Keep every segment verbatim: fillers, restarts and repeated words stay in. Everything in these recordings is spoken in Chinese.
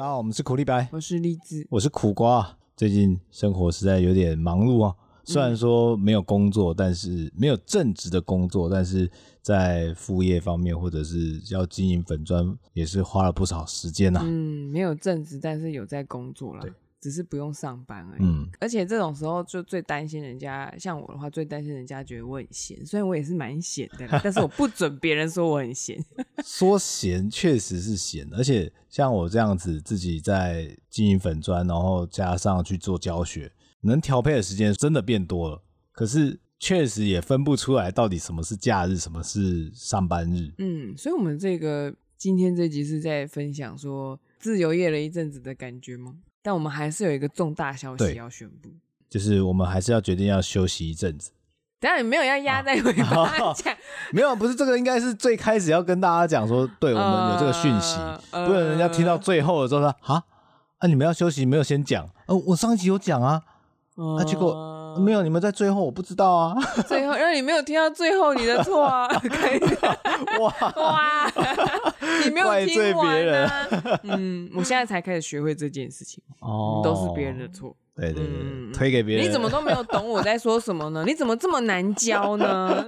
大家好，我们是苦力白， 我是栗子， 我是苦瓜。最近生活实在有点忙碌啊，虽然说没有工作，但是没有正职的工作，但是在副业方面或者是要经营粉专，也是花了不少时间啊。 嗯，没有正职，但是有在工作啦， 对， 只是不用上班而已。 嗯， 而且这种时候就最担心人家，像我的话，最担心人家觉得我很闲，虽然我也是蛮闲的啦，但是我不准别人说我很闲。 说闲确实是闲，而且像我这样子自己在经营粉专，然后加上去做教学，能调配的时间真的变多了。可是确实也分不出来到底什么是假日，什么是上班日。 嗯，所以我们这个今天这集是在分享说自由业了一阵子的感觉吗？但我们还是有一个重大消息要宣布， 就是我们还是要决定要休息一阵子。 当然没有要压在尾巴讲、啊， 没有，不是这个，应该是最开始要跟大家讲说，对、呃、我们有这个讯息，呃、不然人家听到最后的时候说，啊，啊你们要休息，没有先讲，呃，我上一集有讲啊，呃、啊结果没有，你们在最后我不知道啊， 最后，因为你没有听到最后，你的错啊，哇哇，你没有听完啊，嗯，我现在才开始学会这件事情，哦，都是别人的错。 对对对，嗯、推给别人。 你怎么都没有懂我在说什么呢？你怎么这么难教呢？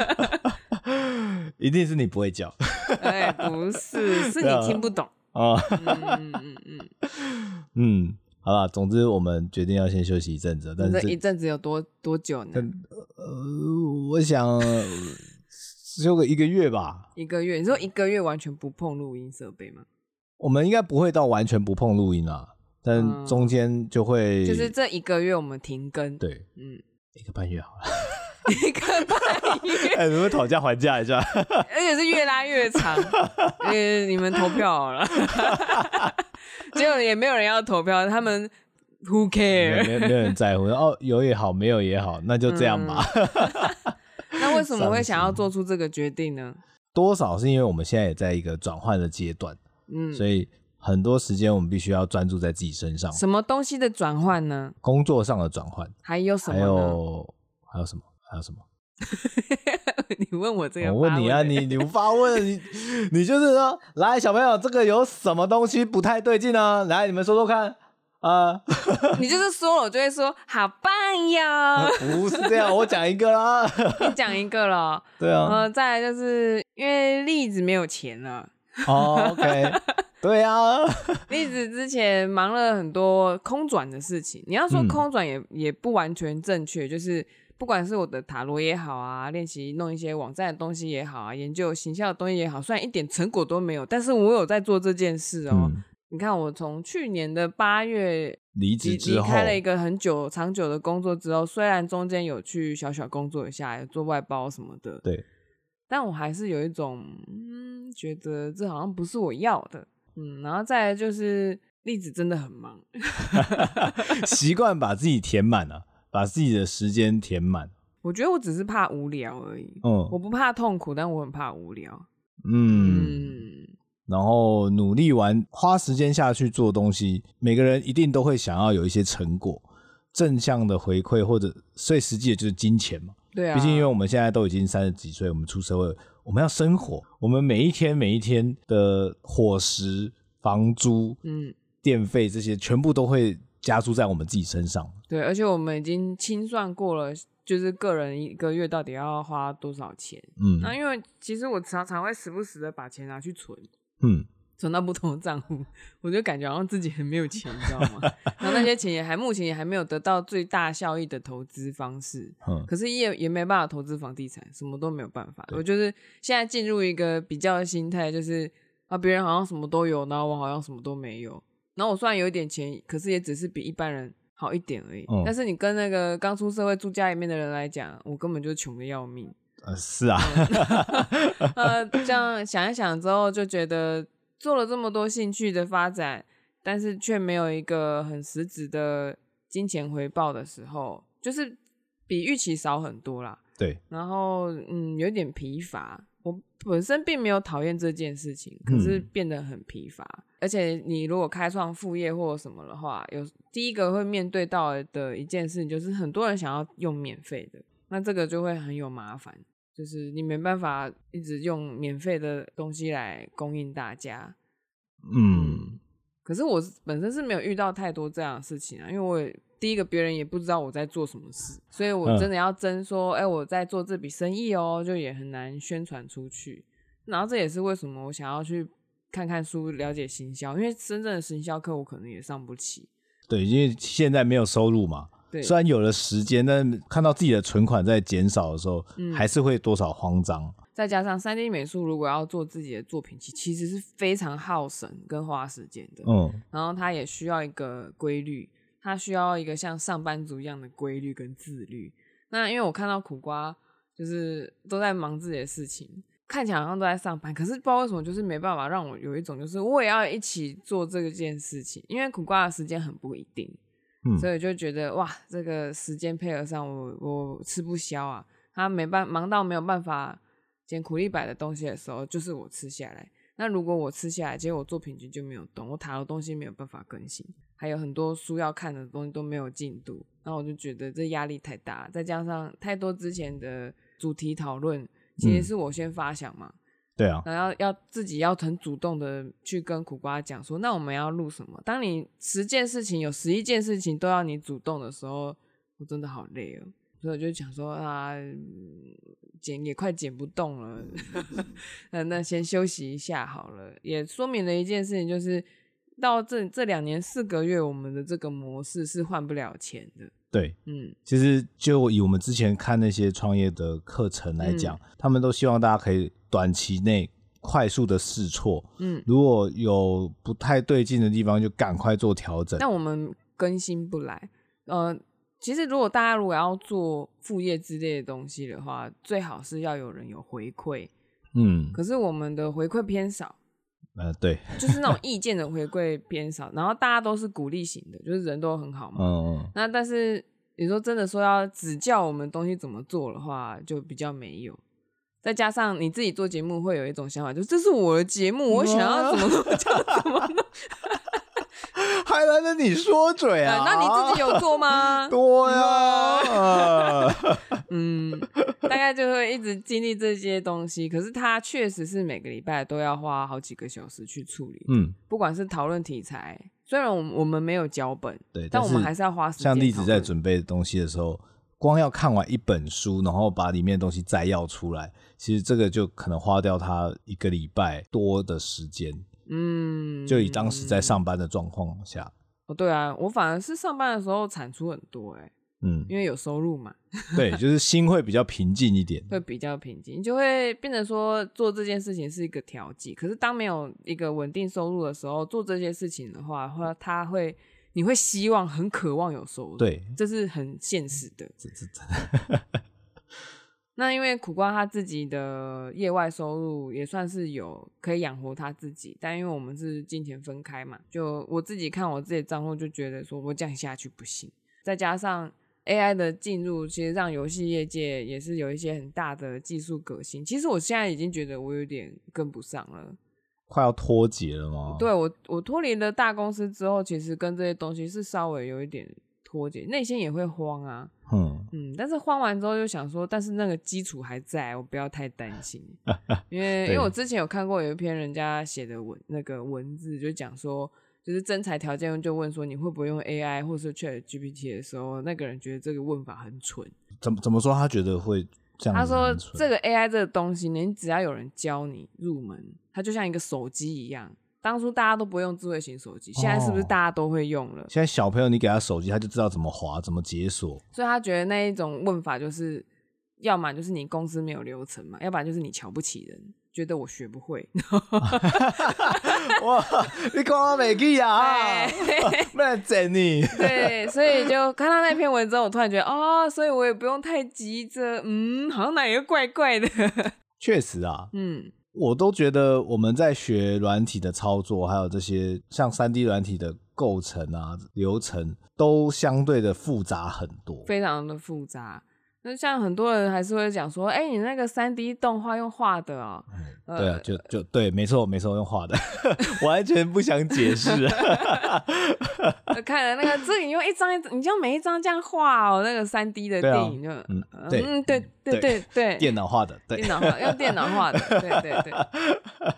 一定是你不会教。 哎，不是，是你听不懂。哦、嗯嗯嗯嗯，好啦，总之我们决定要先休息一阵子。但是这一阵子有多多久呢？ 呃，我想休个一个月吧。 一个月？你说一个月完全不碰录音设备吗？ 我们应该不会到完全不碰录音啊。但中间就会、 嗯，就是这一个月我们停更， 对，嗯，一个半月好了， 一个半月， 哎、欸，能不能讨价还价一下？ 而且是越拉越长，呃，你们投票好了，结果也没有人要投票，他们 who care， 没有没有人在乎，哦，有也好，没有也好，那就这样吧。 嗯、那为什么会想要做出这个决定呢？ 多少是因为我们现在也在一个转换的阶段，嗯，所以。很多时间我们必须要专注在自己身上。 什么东西的转换呢？ 工作上的转换。 还有什么呢？ 还有还有什么？还有什么？ 你问我这个， 我问你啊，你你不发问，你你就是说，来小朋友，这个有什么东西不太对劲呢？来，你们说说看啊。呃、 你就是说了，我就会说好棒呀。 不是这样，我讲一个啦。 你讲一个了。 对啊。 呃，再来就是因为栗子没有钱了。 哦 ，OK。对啊， 栗子之前忙了很多空转的事情。你要说空转也、嗯、也不完全正确，就是不管是我的塔罗也好啊，练习弄一些网站的东西也好啊，研究行销的东西也好，虽然一点成果都没有，但是我有在做这件事哦。嗯、你看，我从去年的八月离职之后， 离开了一个很久长久的工作之后，虽然中间有去小小工作一下，有做外包什么的， 对， 但我还是有一种嗯，觉得这好像不是我要的。嗯，然后再来就是栗子真的很忙， 习惯把自己填满啊，把自己的时间填满。 我觉得我只是怕无聊而已，嗯，我不怕痛苦，但我很怕无聊。 嗯，嗯然后努力完，花时间下去做东西，每个人一定都会想要有一些成果，正向的回馈，或者最实际的就是金钱嘛。 对啊， 毕竟因为我们现在都已经三十几岁，我们出社会。我们要生活，我们每一天每一天的伙食、房租、嗯、电费这些，全部都会加注在我们自己身上。 对，而且我们已经清算过了，就是个人一个月到底要花多少钱。嗯，那因为其实我常常会时不时的把钱拿去存，嗯，存到不同的账户，我就感觉好像自己很没有钱，你知道吗？然后那些钱也还目前也还没有得到最大效益的投资方式，嗯，可是也也没办法投资房地产，什么都没有办法。我就是现在进入一个比较的心态，就是啊，别人好像什么都有，然后我好像什么都没有。然后我虽然有一点钱，可是也只是比一般人好一点而已。嗯、但是你跟那个刚出社会住家里面的人来讲，我根本就穷得要命。 呃，是啊。 呃，这样想一想之后，就觉得做了这么多兴趣的发展，但是却没有一个很实质的金钱回报的时候，就是比预期少很多啦。 对， 然后嗯，有点疲乏。我本身并没有讨厌这件事情，可是变得很疲乏。嗯、而且你如果开创副业或者什么的话，有第一个会面对到的一件事情，就是很多人想要用免费的，那这个就会很有麻烦。就是你没办法一直用免费的东西来供应大家。 嗯， 可是我本身是没有遇到太多这样的事情啊，因为我也第一个别人也不知道我在做什么事，所以我真的要争说哎、嗯欸，我在做这笔生意哦，就也很难宣传出去。然后这也是为什么我想要去看看书了解行销，因为真正的行销课我可能也上不起。 对，因为现在没有收入嘛，对，虽然有了时间，但看到自己的存款在减少的时候、嗯、还是会多少慌张。 再加上 三 D 美术如果要做自己的作品，其实是非常耗神跟花时间的。嗯，然后它也需要一个规律，它需要一个像上班族一样的规律跟自律。那因为我看到苦瓜就是都在忙自己的事情，看起来好像都在上班，可是不知道为什么就是没办法让我有一种就是我也要一起做这件事情，因为苦瓜的时间很不一定、嗯、所以就觉得哇，这个时间配合上我我吃不消啊，他没办忙到没有办法捡苦力白的东西的时候，就是我吃下来。那如果我吃下来，结果我作品集就没有动，我塔罗东西没有办法更新，还有很多书要看的东西都没有进度，然后我就觉得这压力太大，再加上太多之前的主题讨论其实是我先发想嘛、嗯、 对啊， 然后要自己要很主动的去跟苦瓜讲说那我们要录什么。当你十件事情有十一件事情都要你主动的时候，我真的好累哦，所以我就想说啊，剪也快剪不动了那先休息一下好了。也说明了一件事情，就是到这这两年四个月，我们的这个模式是换不了钱的。 对，嗯，其实就以我们之前看那些创业的课程来讲、嗯、他们都希望大家可以短期内快速的试错，嗯，如果有不太对劲的地方就赶快做调整。 但我们更新不来，呃，其实如果大家如果要做副业之类的东西的话，最好是要有人有回馈，嗯，可是我们的回馈偏少。 呃，对， 就是那种意见的回馈偏少，然后大家都是鼓励型的，就是人都很好嘛。嗯嗯。那但是你说真的说要指教我们东西怎么做的话，就比较没有。再加上你自己做节目会有一种想法，就是这是我的节目，我想要怎么弄就怎么弄。 还来得你说嘴啊、 呃？那你自己有做吗？ 对啊。 嗯，大概就会一直经历这些东西，可是它确实是每个礼拜都要花好几个小时去处理。嗯，不管是讨论题材，虽然我们没有脚本， 对， 但我们还是要花时间。 像栗子在准备东西的时候，光要看完一本书，然后把里面的东西摘要出来，其实这个就可能花掉他一个礼拜多的时间。嗯，就以当时在上班的状况下。 哦，对啊，我反而是上班的时候产出很多哎、欸，嗯，因为有收入嘛。 对，就是心会比较平静一点， 会比较平静，就会变成说做这件事情是一个调剂。可是当没有一个稳定收入的时候，做这些事情的话，或他会，你会希望很渴望有收入， 对， 这是很现实的。 这这真的。 那因为苦瓜他自己的业外收入也算是有可以养活他自己，但因为我们是金钱分开嘛，就我自己看我自己的账户就觉得说我这样下去不行，再加上 A I 的进入，其实让游戏业界也是有一些很大的技术革新。其实我现在已经觉得我有点跟不上了， 快要脱节了吗？ 对，我我脱离了大公司之后，其实跟这些东西是稍微有一点脱节，内心也会慌啊。嗯嗯，但是慌完之后就想说，但是那个基础还在，我不要太担心。因为因为我之前有看过有一篇人家写的文那个文字，就讲说，就是征才条件就问说你会不会用 A I 或是 ChatGPT 的时候，那个人觉得这个问法很蠢。 怎么怎么说？他觉得会这样子很蠢？ 他说这个 A I 这个东西，你只要有人教你入门，它就像一个手机一样。当初大家都不用智慧型手机，现在是不是大家都会用了？ 现在小朋友你给他手机，他就知道怎么滑、怎么解锁。 所以他觉得那一种问法就是，要么就是你公司没有流程嘛，要不然就是你瞧不起人，觉得我学不会。 哇，你讲我没记啊？不然整你。 对，所以就看到那篇文章，我突然觉得哦，所以我也不用太急着，嗯，好像哪一个怪怪的。 确实啊，嗯。我都觉得我们在学软体的操作，还有这些像 三 D 软体的构成啊、流程，都相对的复杂很多， 非常的复杂。那像很多人还是会讲说，哎、欸，你那个 三 D 动画用画的哦、 嗯呃、对啊，就就对，没错没错，用画的，完全不想解释。 看了那个，这你用一张一张，你就每一张这样画哦，那个 三 D 的电影就，啊、嗯， 对， 嗯，对对对对， 电脑画的，对， 电脑画，用电脑画的，对对对。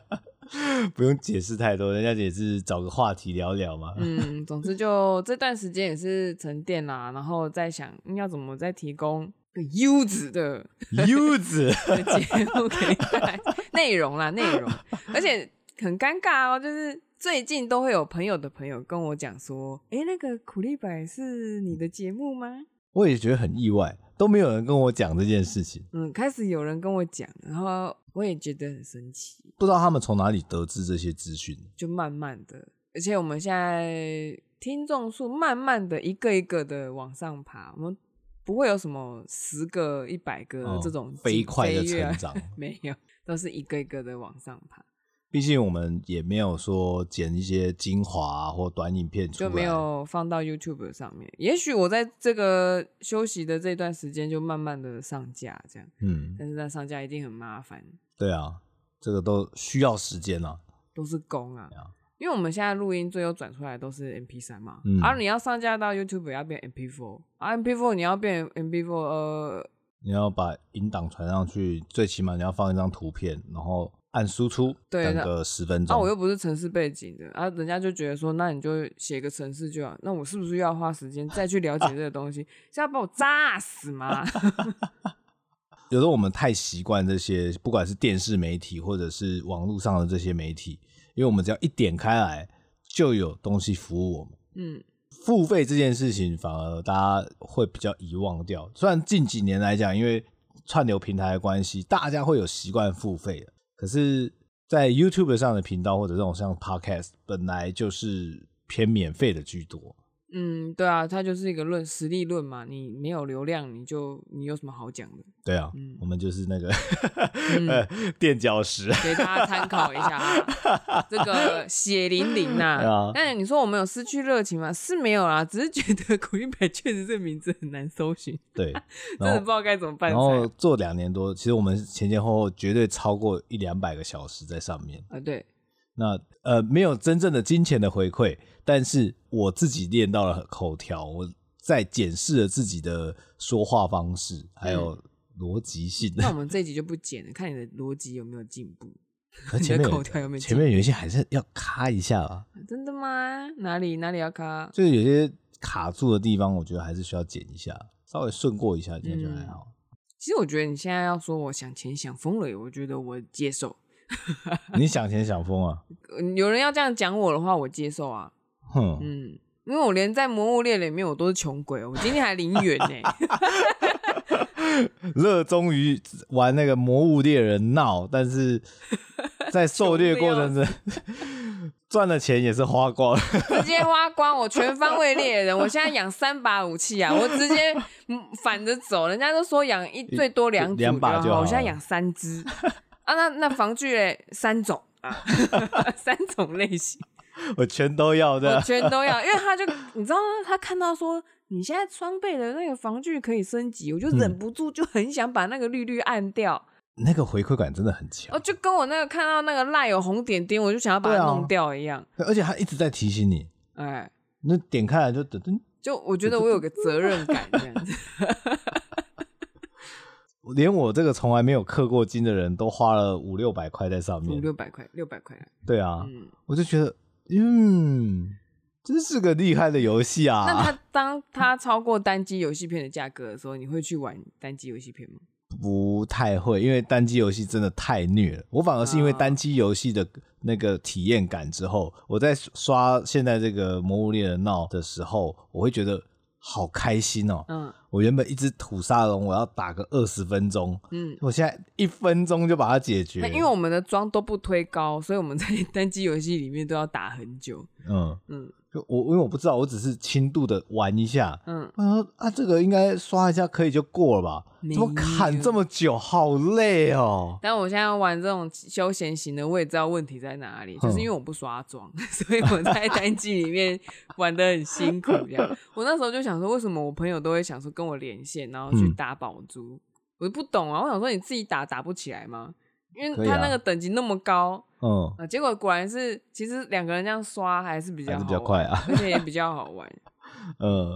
不用解释太多，人家也是找个话题聊聊嘛。 嗯，总之就这段时间也是沉淀啦，然后再想要怎么再提供个优质的优质的节目给大家内容啦，内容，而且很尴尬哦，就是最近都会有朋友的朋友跟我讲说，哎，那个苦力白是你的节目吗？ 我也觉得很意外，都没有人跟我讲这件事情。 嗯，开始有人跟我讲，然后我也觉得很神奇， 不知道他们从哪里得知这些资讯。 就慢慢的，而且我们现在听众数慢慢的一个一个的往上爬，我们不会有什么十个、一百个这种、 哦、飞快的成长， 没有，都是一个一个的往上爬。 毕竟我们也没有说剪一些精华、啊、或短影片出来， 就没有放到 YouTube 上面。也许我在这个休息的这段时间就慢慢的上架这样，嗯，但是在上架一定很麻烦。对啊，这个都需要时间啊， 都是工啊。因为我们现在录音最后转出来都是 M P 三 嘛，嗯，而、啊、你要上架到 YouTube 也要变 M P 四， 啊 M P 四 你要变 M P 四， 呃， 你要把音档传上去，最起码你要放一张图片，然后按输出，等个十分钟。 啊，我又不是程式背景的，啊，人家就觉得说，那你就写个程式就好。那我是不是要花时间再去了解这个东西？是要把我炸死吗？ 有时候我们太习惯这些，不管是电视媒体或者是网络上的这些媒体，因为我们只要一点开来，就有东西服务我们。嗯，付费这件事情反而大家会比较遗忘掉。虽然近几年来讲，因为串流平台的关系，大家会有习惯付费的。可是在 YouTube 上的频道或者这种像 Podcast 本来就是偏免费的居多。 嗯，对啊，它就是一个论实力论嘛，你没有流量你就你有什么好讲的？ 对啊，嗯、我们就是那个嗯、垫脚石， 给大家参考一下啊。这个血淋淋呐，但是你说我们有失去热情吗？是没有啦，只是觉得苦力白确实这个名字很难搜寻， 对， 真的不知道该怎么办。 然后做两年多，其实我们前前后后绝对超过一两百个小时在上面啊，对。 那呃没有真正的金钱的回馈，但是我自己练到了口条，我在检视了自己的说话方式，还有逻辑性、嗯。 那我们这一集就不剪了，看你的逻辑有没有进步， 你的口条有没有进步？ 前面有一些还是要卡一下啊。 真的吗？哪里哪里要卡？ 就是有些卡住的地方，我觉得还是需要剪一下，稍微顺过一下，这样就还好、嗯。 其实我觉得你现在要说我想钱想疯了，我觉得我接受。 你想钱想疯啊？ 有人要这样讲我的话，我接受啊。哼，嗯，因为我连在《魔物猎人》里面我都是穷鬼，我今天还零元呢、 欸。热衷于玩那个《魔物猎人》闹，但是在狩猎过程中赚的钱也是花光了， 直接花光。我全方位猎人，我现在养三把武器啊，我直接反着走。人家都说养一最多两组两把就好， 我现在养三只。啊，那那防具嘞，三种啊，三种类型， 我全都要的， 我全都要，因为他就你知道，他看到说你现在装备的那个防具可以升级，我就忍不住就很想把那个绿绿按掉， 嗯、那个回馈感真的很强， 哦，就跟我那个看到那个赖有红点点，我就想要把它弄掉一样， 啊、而且他一直在提醒你，哎，那点开来就等等， 就我觉得我有个责任感这样子。 连我这个从来没有氪过金的人都花了五六百块在上面， 五六百块，六百块。 对啊、嗯，我就觉得，嗯，真是个厉害的游戏啊。 那他当他超过单机游戏片的价格的时候，你会去玩单机游戏片吗？ 不太会，因为单机游戏真的太虐了。我反而是因为单机游戏的那个体验感之后，我在刷现在这个《魔物猎人闹》的时候，我会觉得好开心哦。嗯。我原本一只土沙龙，我要打个二十分钟，嗯，我现在一分钟就把它解决。 因为我们的装都不推高，所以我们在单机游戏里面都要打很久。嗯嗯，就我因为我不知道，我只是轻度的玩一下，嗯，我说啊，这个应该刷一下可以就过了吧？怎么砍这么久，好累哦。 但我现在玩这种休闲型的，我也知道问题在哪里，就是因为我不刷装，所以我在单机里面玩得很辛苦。这样，我那时候就想说，为什么我朋友都会想说跟我连线，然后去打宝珠、嗯？我就不懂啊，我想说你自己打打不起来吗？因为他那个等级那么高，嗯、啊，结果果然是，其实两个人这样刷还是比较好玩， 还是比较快啊， 而且也比较好玩。 呃，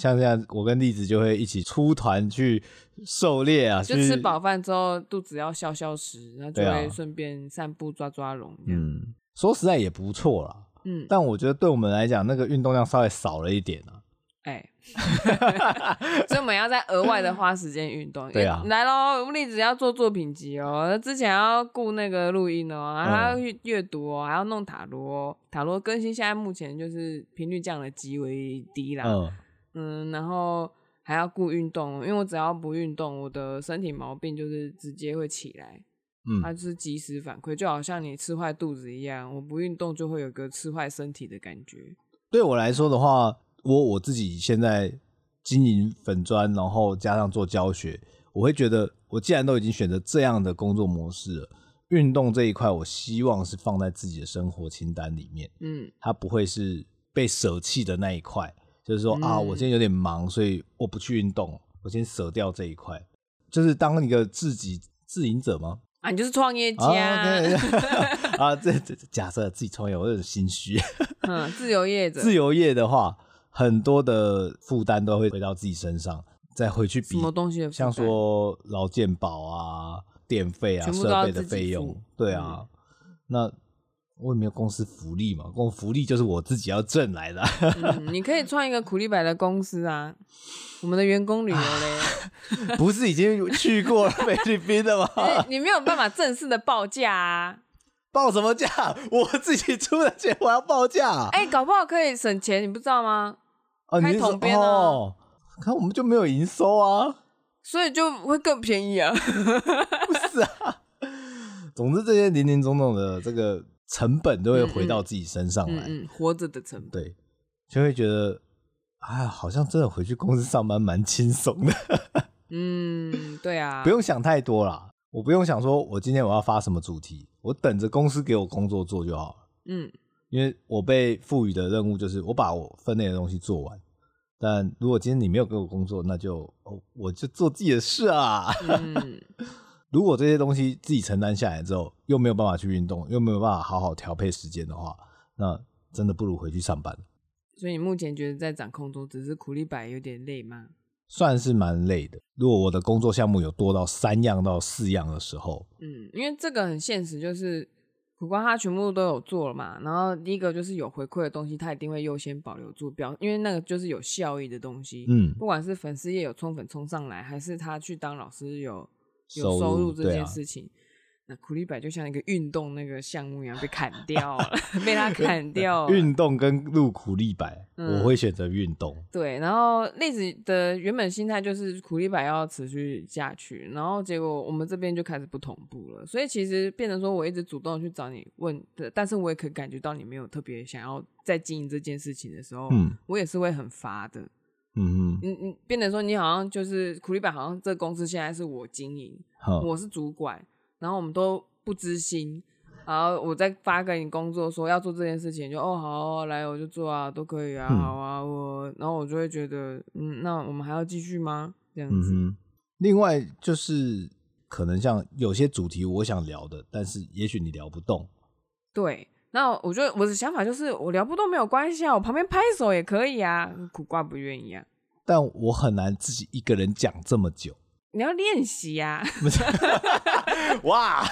像这样我跟栗子就会一起出团去狩猎啊， 就吃饱饭之后肚子要消消食，然后就会顺便散步抓抓龙。 嗯，说实在也不错啦。嗯，但我觉得对我们来讲，那个运动量稍微少了一点啊。 哎、欸，所以我们要再额外的花时间运动。 对啊， 来咯，栗子要做作品集哦，之前要顾那个录音哦，还要阅读哦，还要弄塔罗哦。塔罗更新现在目前就是频率降得极为低啦。嗯, 嗯，然后还要顾运动，因为我只要不运动，我的身体毛病就是直接会起来。嗯，它就是及时反馈，就好像你吃坏肚子一样，我不运动就会有个吃坏身体的感觉。 对我来说的话，我我自己现在经营粉专，然后加上做教学，我会觉得我既然都已经选择这样的工作模式了，运动这一块我希望是放在自己的生活清单里面。嗯，它不会是被舍弃的那一块，就是说、嗯、啊我今天有点忙，所以我不去运动，我先舍掉这一块，就是当一个自己自营者吗？ 啊，你就是创业家啊, okay 啊这, 这假设自己创业我有点心虚。 嗯，自由业者， 自由业的话很多的负担都会回到自己身上，再回去比什么东西的负担， 像说劳健保啊、电费啊、设备的费用，对啊、嗯，那我也没有公司福利嘛，公司福利就是我自己要挣来的、啊嗯。你可以创一个苦力白的公司啊，我们的员工旅游嘞， 不是已经去过菲律宾了吗？ 你没有办法正式的报价啊。 报什么价？我自己出的钱我要报价。 哎、欸，搞不好可以省钱，你不知道吗？哦，开统编啊， 哦，看我们就没有营收啊， 所以就会更便宜啊。 不是啊，总之这些林林总总的这个成本都会回到自己身上来， 嗯嗯，活着的成本， 对，就会觉得，哎，好像真的回去公司上班蛮轻松的。 嗯，对啊， 不用想太多啦。我不用想说我今天我要发什么主题，我等着公司给我工作做就好了。嗯，因为我被赋予的任务就是我把我分内的东西做完，但如果今天你没有给我工作，那就、哦、我就做自己的事啊。嗯，如果这些东西自己承担下来之后又没有办法去运动，又没有办法好好调配时间的话，那真的不如回去上班。 所以你目前觉得在掌控中只是苦力白有点累吗？ 算是蛮累的，如果我的工作项目有多到三样到四样的时候。 嗯，因为这个很现实，就是苦瓜他全部都有做了嘛，然后第一个就是有回馈的东西他一定会优先保留住标，因为那个就是有效益的东西。嗯，不管是粉丝页有冲粉冲上来，还是他去当老师有有收入这件事情，那苦力白就像一个运动那个项目一样被砍掉了。被他砍掉了。 运动跟入苦力白、嗯、我会选择运动。 对，然后栗子的原本心态就是苦力白要持续下去，然后结果我们这边就开始不同步了，所以其实变成说我一直主动去找你问的，但是我也可以感觉到你没有特别想要在经营这件事情的时候、嗯、我也是会很乏的。嗯嗯，你你变成说你好像就是苦力白，好像这公司现在是我经营，我是主管，然后我们都不知心，然后我再发给你工作说要做这件事情，就哦好啊，来我就做啊，都可以啊、嗯、好啊我，然后我就会觉得嗯，那我们还要继续吗？这样子、嗯、 另外就是可能像有些主题我想聊的，但是也许你聊不动。 对，那我觉得我的想法就是我聊不动没有关系啊，我旁边拍手也可以啊，苦瓜不愿意啊， 但我很难自己一个人讲这么久， 你要练习呀！ 哇，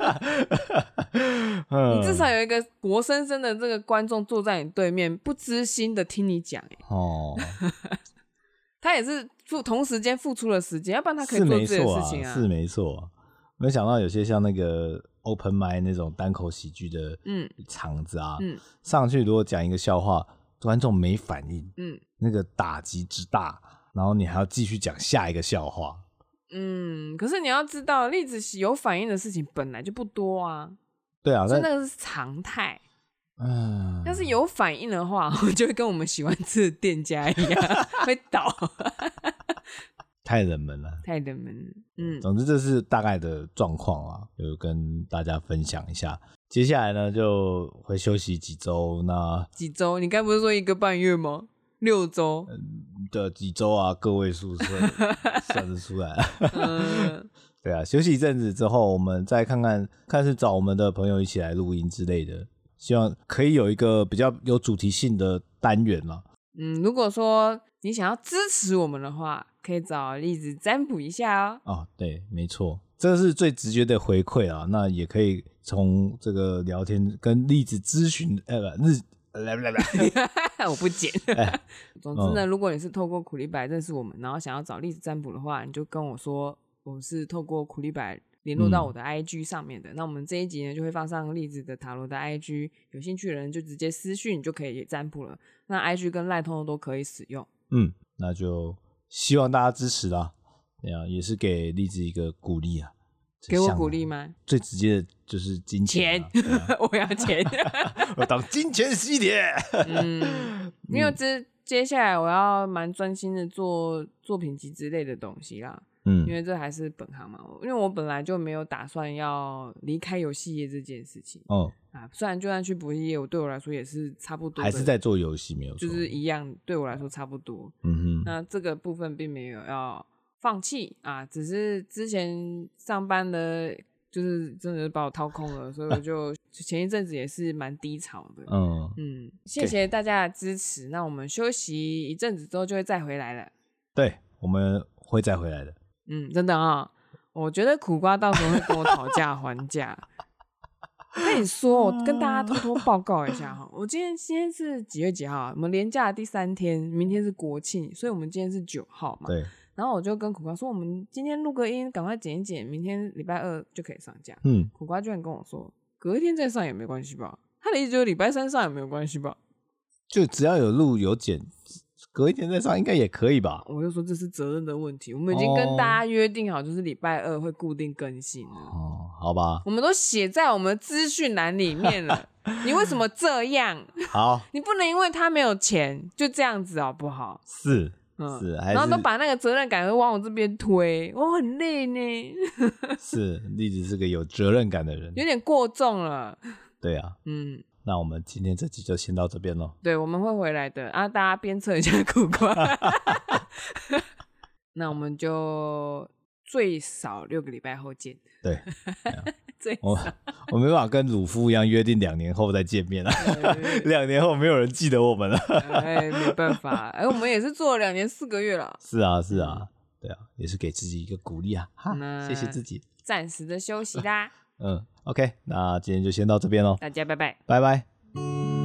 你至少有一个活生生的这个观众坐在你对面，不知心的听你讲哦。他也是付同时间付出了时间，要不然他可以做自己的事情啊。 是没错、啊，没想到有些像那个 open mic 那种单口喜剧的场子啊，嗯嗯、上去如果讲一个笑话，观众没反应，嗯，那个打击之大，然后你还要继续讲下一个笑话。 嗯，可是你要知道，栗子有反应的事情本来就不多啊。 对啊， 所以那个是常态。嗯，要是有反应的话，我就会跟我们喜欢吃的店家一样，会倒。 太冷门了， 太冷门了。嗯， 总之这是大概的状况啊，就跟大家分享一下。接下来呢，就会休息几周。那几周？你刚不是说一个半月吗？六周的几周啊，个位数算算得出来。嗯，对啊，休息一阵子之后，我们再看看看是找我们的朋友一起来录音之类的，希望可以有一个比较有主题性的单元啦。 嗯，如果说你想要支持我们的话，可以找栗子占卜一下哦。 哦，对，没错，这是最直接的回馈啊。那也可以从这个聊天跟栗子咨询，呃，不，日，来来来， 我不剪。总之呢，嗯、如果你是透过苦力白认识我们，然后想要找栗子占卜的话，你就跟我说，我是透过苦力白联络到我的 I G 上面的。嗯、那我们这一集呢，就会放上栗子的塔罗的 I G， 有兴趣的人就直接私讯就可以占卜了。那 I G 跟赖通通都可以使用。 嗯，那就希望大家支持啦，这样也是给栗子一个鼓励啊。 给我鼓励吗？ 最直接的就是金钱、啊， 钱， 啊、 我要钱， 我当金钱系列。 嗯，因为这接下来我要蛮专心的做作品集之类的东西啦。嗯，因为这还是本行嘛，因为我本来就没有打算要离开游戏业这件事情。哦，啊，虽然就算去博弈业，我对我来说也是差不多， 还是在做游戏，没有错， 就是一样，对我来说差不多。嗯哼，那这个部分并没有要放弃啊，只是之前上班的，就是真的把我掏空了，所以我就前一阵子也是蛮低潮的。嗯嗯，谢谢大家的支持。那我们休息一阵子之后就会再回来了。 对，我们会再回来的。 嗯，真的啊、哦，我觉得苦瓜到时候会跟我讨价还价。我跟你说，我跟大家偷偷报告一下哈，我今天今天是几月几号？我们连假的第三天，明天是国庆，所以我们今天是九号嘛。 对。 然后我就跟苦瓜说，我们今天录个音，赶快剪一剪，明天礼拜二就可以上架。嗯。苦瓜居然跟我说，隔一天再上也没关系吧？他的意思就是礼拜三上也没有关系吧？ 就只要有录有剪。隔一天再上应该也可以吧？ 我就说这是责任的问题，我们已经跟大家约定好，就是礼拜二会固定更新了。 哦，好吧， 我们都写在我们资讯栏里面了。你为什么这样？ 好， 你不能因为他没有钱就这样子好不好？ 是，嗯，是， 然后都把那个责任感都往我这边推，我很累呢。 是，栗子是个有责任感的人， 有点过重了。 对啊，嗯。那我们今天这集就先到这边咯。 对，我们会回来的啊，大家鞭策一下苦瓜。那我们就最少六个礼拜后见。 对， 最少我, 我没办法跟鲁夫一样约定两年后再见面了。两年后没有人记得我们了。 哎，没办法，哎，我们也是做了两年四个月了。 是啊，是啊，对啊，也是给自己一个鼓励啊。哈，谢谢自己。 暂时的休息啦。 嗯 ，OK， 那今天就先到这边咯， 大家拜拜， 拜拜。